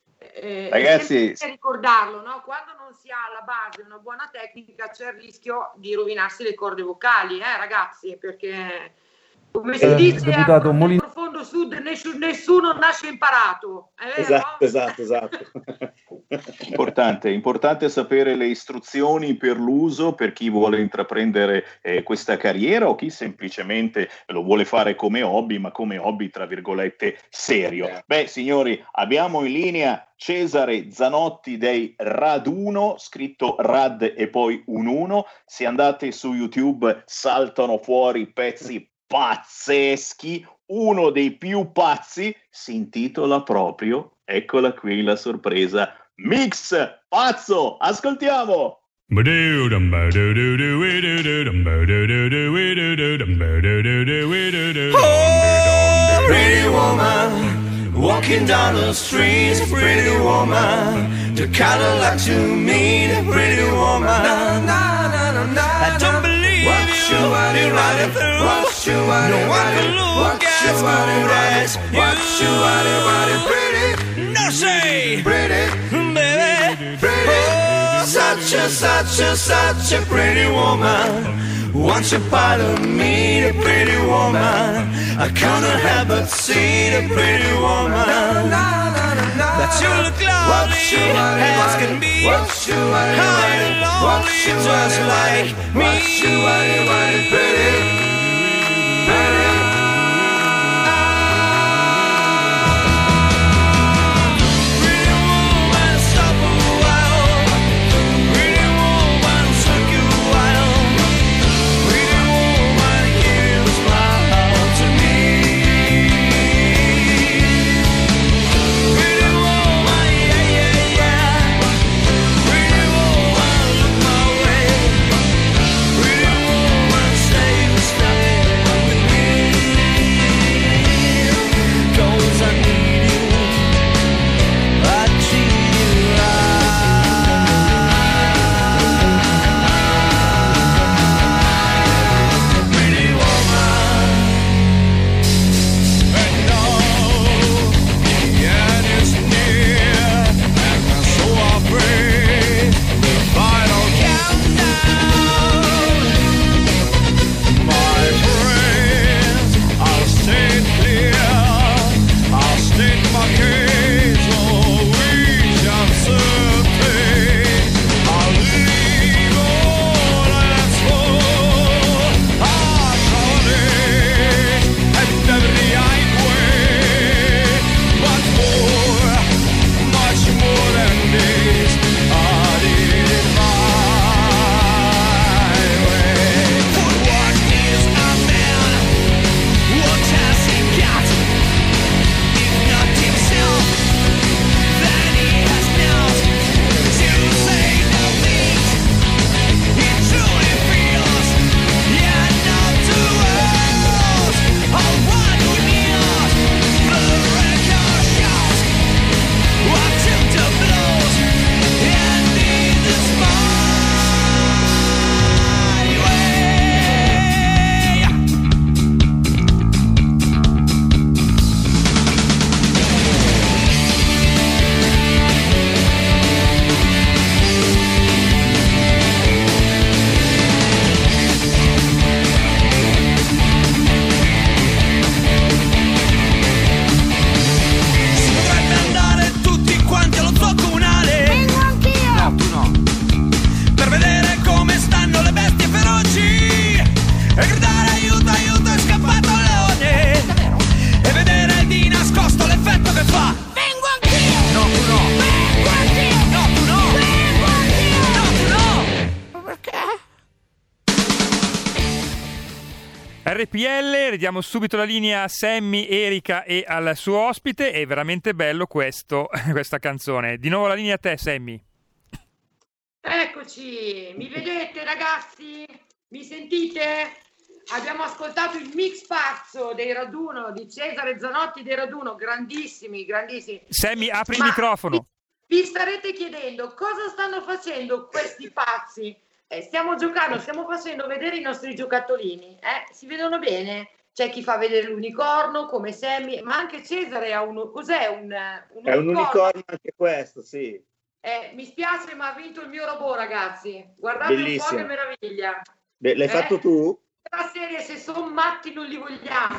eh, ragazzi, è ricordarlo, no? Quando non si ha alla base una buona tecnica c'è il rischio di rovinarsi le corde vocali, eh, ragazzi, perché come si eh, dice a Molin- profondo sud, nessuno, nessuno nasce imparato, è vero? Esatto, esatto, esatto. Importante, importante sapere le istruzioni per l'uso per chi vuole intraprendere eh, questa carriera o chi semplicemente lo vuole fare come hobby, ma come hobby tra virgolette serio. Beh, signori, abbiamo in linea Cesare Zanotti dei Raduno, scritto Rad e poi un uno. Se andate su YouTube saltano fuori pezzi pazzeschi, uno dei più pazzi si intitola proprio, eccola qui la sorpresa, Mix Pazzo, ascoltiamo! Pretty woman, walking down the street, pretty woman, the Cadillac to meet a pretty woman. I don't believe you, what you riding through. What you riding, no one can look as good as you. What you riding, riding pretty. No say, pretty, baby, pretty. Oh, such a, such a, such a pretty woman. Once upon a meet a pretty woman, I couldn't help but see a pretty woman. That you look lovely as can be, high and lonely just like me. Pretty, pretty. R P L, ridiamo subito la linea a Sammy, Erika e al suo ospite. È veramente bello questo, questa canzone. Di nuovo la linea a te, Sammy. Eccoci, mi vedete ragazzi? Mi sentite? Abbiamo ascoltato il mix pazzo dei Raduno, di Cesare Zanotti dei Raduno, grandissimi, grandissimi. Sammy, apri Ma il microfono. Vi, vi starete chiedendo cosa stanno facendo questi pazzi? Eh, stiamo giocando, stiamo facendo vedere i nostri giocattolini, eh? Si vedono bene? C'è chi fa vedere l'unicorno come Sammy, ma anche Cesare ha uno, cos'è un, un È unicorno? un unicorno anche questo, sì. Eh, mi spiace, ma ha vinto il mio robot, ragazzi. Guardate Bellissimo. un po' che meraviglia. Beh, l'hai Eh? fatto tu? La serie, se sono matti non li vogliamo.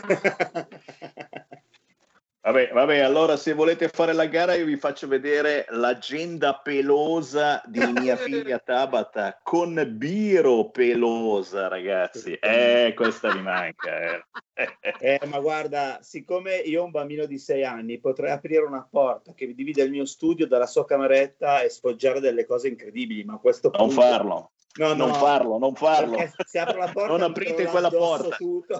Vabbè, vabbè, allora se volete fare la gara io vi faccio vedere l'agenda pelosa di mia figlia Tabata con Biro pelosa, ragazzi. Eh, questa mi manca. Eh. Eh, ma guarda, siccome io ho un bambino di sei anni, potrei aprire una porta che divide il mio studio dalla sua cameretta e sfoggiare delle cose incredibili, ma a questo Non punto... farlo. No, non no, farlo, non farlo. Se apro la porta, non mi aprite trovo quella addosso porta. tutto.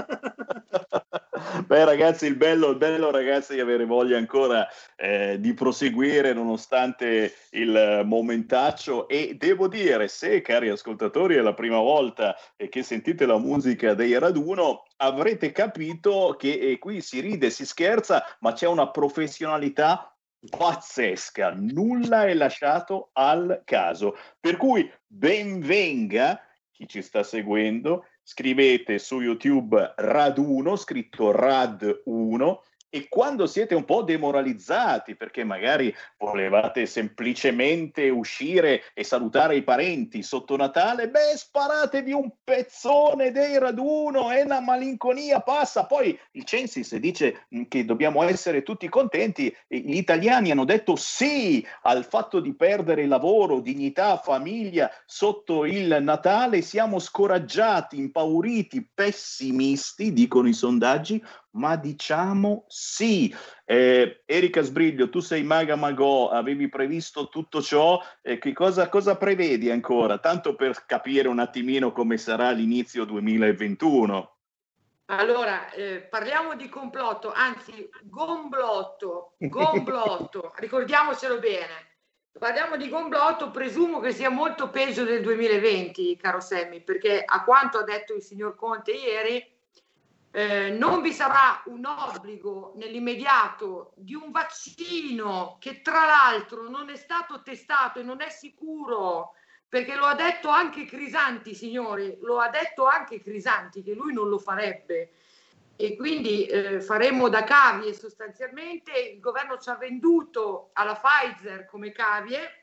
Beh ragazzi, il bello, il bello ragazzi di avere voglia ancora eh, di proseguire nonostante il momentaccio, e devo dire, se cari ascoltatori è la prima volta eh, che sentite la musica dei Raduno, avrete capito che eh, qui si ride, si scherza, ma c'è una professionalità pazzesca, nulla è lasciato al caso, per cui ben venga chi ci sta seguendo. Scrivete su YouTube Raduno, scritto Rad uno, e quando siete un po' demoralizzati perché magari volevate semplicemente uscire e salutare i parenti sotto Natale, beh, sparatevi un pezzone dei Raduno e la malinconia passa. Poi il Censis dice che dobbiamo essere tutti contenti, gli italiani hanno detto sì al fatto di perdere lavoro, dignità, famiglia sotto il Natale, siamo scoraggiati, impauriti, pessimisti, dicono i sondaggi, ma diciamo sì. Eh, Erika Sbriglio, tu sei maga magò, avevi previsto tutto ciò, eh, che cosa, cosa prevedi ancora? Tanto per capire un attimino come sarà l'inizio duemilaventuno. Allora, eh, parliamo di complotto, anzi gomblotto, gomblotto, ricordiamocelo bene. Parliamo di gomblotto, presumo che sia molto peggio del duemilaventi, caro Sammy, perché a quanto ha detto il signor Conte ieri, Eh, non vi sarà un obbligo nell'immediato di un vaccino che tra l'altro non è stato testato e non è sicuro, perché lo ha detto anche Crisanti, signori, lo ha detto anche Crisanti che lui non lo farebbe, e quindi eh, faremo da cavie sostanzialmente. Il governo ci ha venduto alla Pfizer come cavie.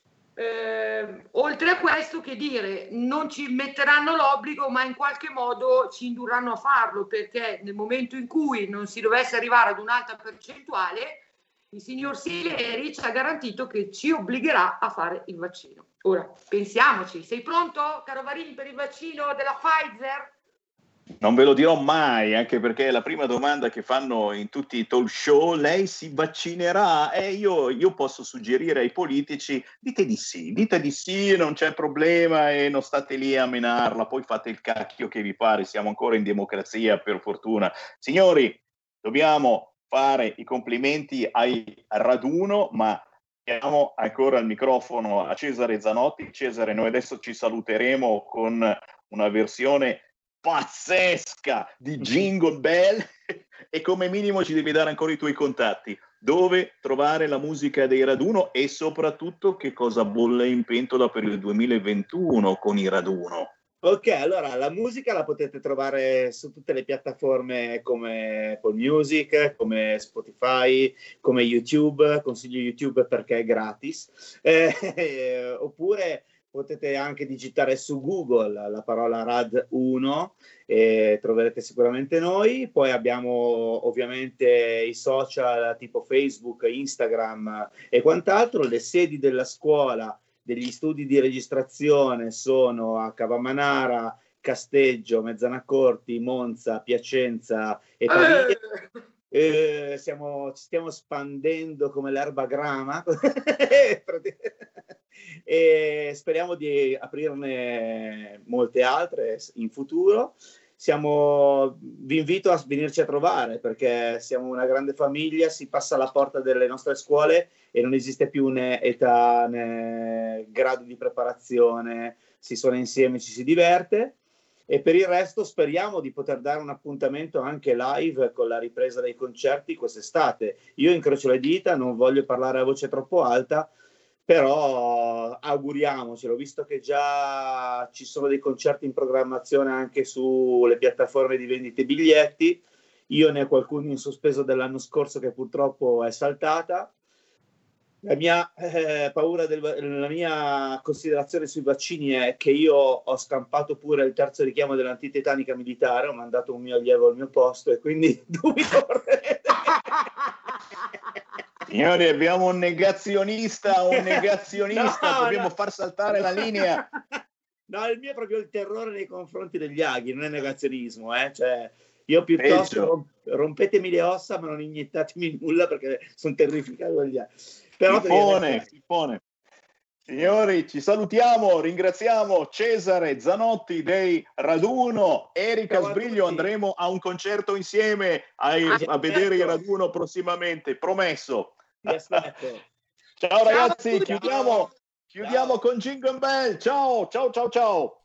Eh, oltre a questo, che dire, non ci metteranno l'obbligo, ma in qualche modo ci indurranno a farlo, perché nel momento in cui non si dovesse arrivare ad un'alta percentuale, il signor Sileri ci ha garantito che ci obbligherà a fare il vaccino. Ora, pensiamoci, sei pronto, caro Varin, per il vaccino della Pfizer? Non ve lo dirò mai, anche perché è la prima domanda che fanno in tutti i talk show: lei si vaccinerà? E io, io posso suggerire ai politici: dite di sì, dite di sì, non c'è problema e non state lì a menarla, poi fate il cacchio che vi pare, siamo ancora in democrazia, per fortuna. Signori, dobbiamo fare i complimenti ai Raduno, ma diamo ancora il microfono a Cesare Zanotti. Cesare, noi adesso ci saluteremo con una versione pazzesca di Jingle Bell e come minimo ci devi dare ancora i tuoi contatti, dove trovare la musica dei Raduno e soprattutto che cosa bolle in pentola per il duemilaventuno con i Raduno. Ok, allora la musica la potete trovare su tutte le piattaforme come Apple Music, come Spotify, come YouTube. Consiglio YouTube perché è gratis, eh, eh, oppure potete anche digitare su Google la parola Rad uno e troverete sicuramente noi. Poi abbiamo ovviamente i social tipo Facebook, Instagram e quant'altro. Le sedi della scuola, degli studi di registrazione sono a Cavamanara, Casteggio, Mezzanacorti, Monza, Piacenza e Pavia. Eh, siamo, ci stiamo spandendo come l'erba grama e speriamo di aprirne molte altre in futuro. siamo, vi invito a venirci a trovare, perché siamo una grande famiglia, si passa alla porta delle nostre scuole e non esiste più né età né grado di preparazione, si suona insieme, ci si diverte. E per il resto speriamo di poter dare un appuntamento anche live con la ripresa dei concerti quest'estate. Io incrocio le dita, non voglio parlare a voce troppo alta, però auguriamocelo, visto che già ci sono dei concerti in programmazione anche sulle piattaforme di vendite biglietti. Io ne ho qualcuno in sospeso dell'anno scorso che purtroppo è saltata. La mia eh, paura, del, la mia considerazione sui vaccini è che io ho scampato pure il terzo richiamo dell'antitetanica militare, ho mandato un mio allievo al mio posto e quindi dubito. Signori, abbiamo un negazionista, un negazionista, No, dobbiamo no. far saltare la linea. No, il mio è proprio il terrore nei confronti degli aghi, non è negazionismo, eh? Cioè, io piuttosto rom- rompetemi le ossa ma non iniettatemi nulla perché sono terrificato dagli aghi. Però per il Pippone, resto- pippone. Signori, ci salutiamo, ringraziamo Cesare Zanotti dei Raduno, Erika Ciao a Sbriglio, tutti. andremo a un concerto insieme ai- Ah, a vedere il certo. Raduno prossimamente, promesso. Vi aspetto. Ciao ragazzi, a tutti. chiudiamo, chiudiamo Ciao. con Jingle Bell, ciao, ciao, ciao, ciao.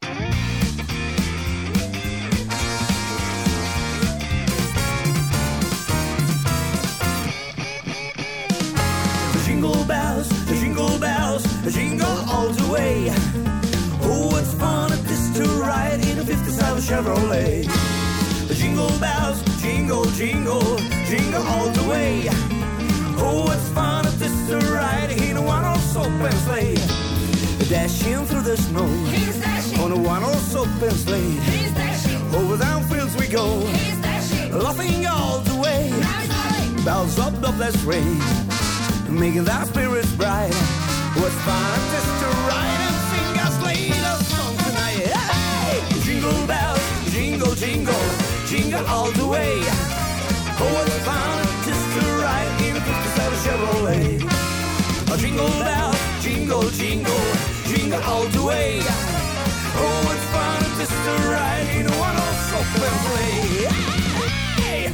Jingle bells, jingle bells, jingle all the way. Oh, it's fun it is to ride in a fifty-seven Chevrolet. Jingle bells, jingle, jingle, jingle all the way. Oh, it's fun it is to ride in a one-horse open sleigh. Dashing through the snow on a one-horse open sleigh. Over down fields we go, laughing all the way. Bells up, up, let's ring, making that spirits bright. What's fun it is to ride and sing a sleigh song tonight. Hey! Jingle bells, jingle, jingle, jingle all the way. Oh, what's fun it is to ride in a fifty-seven Chevrolet. A jingle bells, jingle, jingle, jingle all the way. Oh, what's fun it is to ride in a one-horse open sleigh. Hey!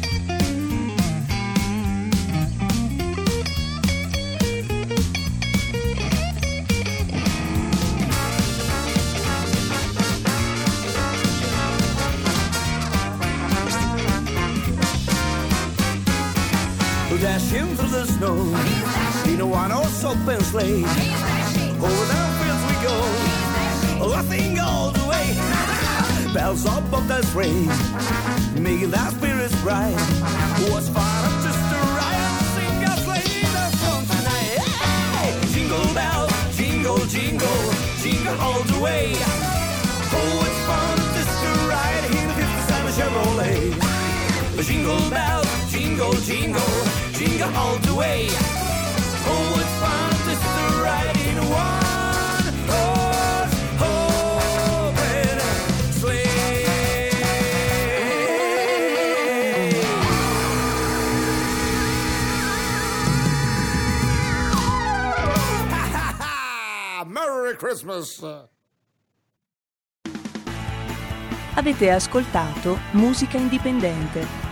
Dashing through the snow in a one-horse open sleigh. Over down fields we go, laughing all the way. Bells up of the sleigh, making that spirits bright. What's fun just to ride and sing a sleigh song tonight. Hey! Jingle bells, jingle, jingle, jingle all the way. Oh, it's fun just to ride in a fifty-seven Chevrolet. Jingle bells, jingle, jingle, jingle all the way. Oh, it's fun just to ride in one horse open sleigh. Merry Christmas! Avete ascoltato Musica Indipendente,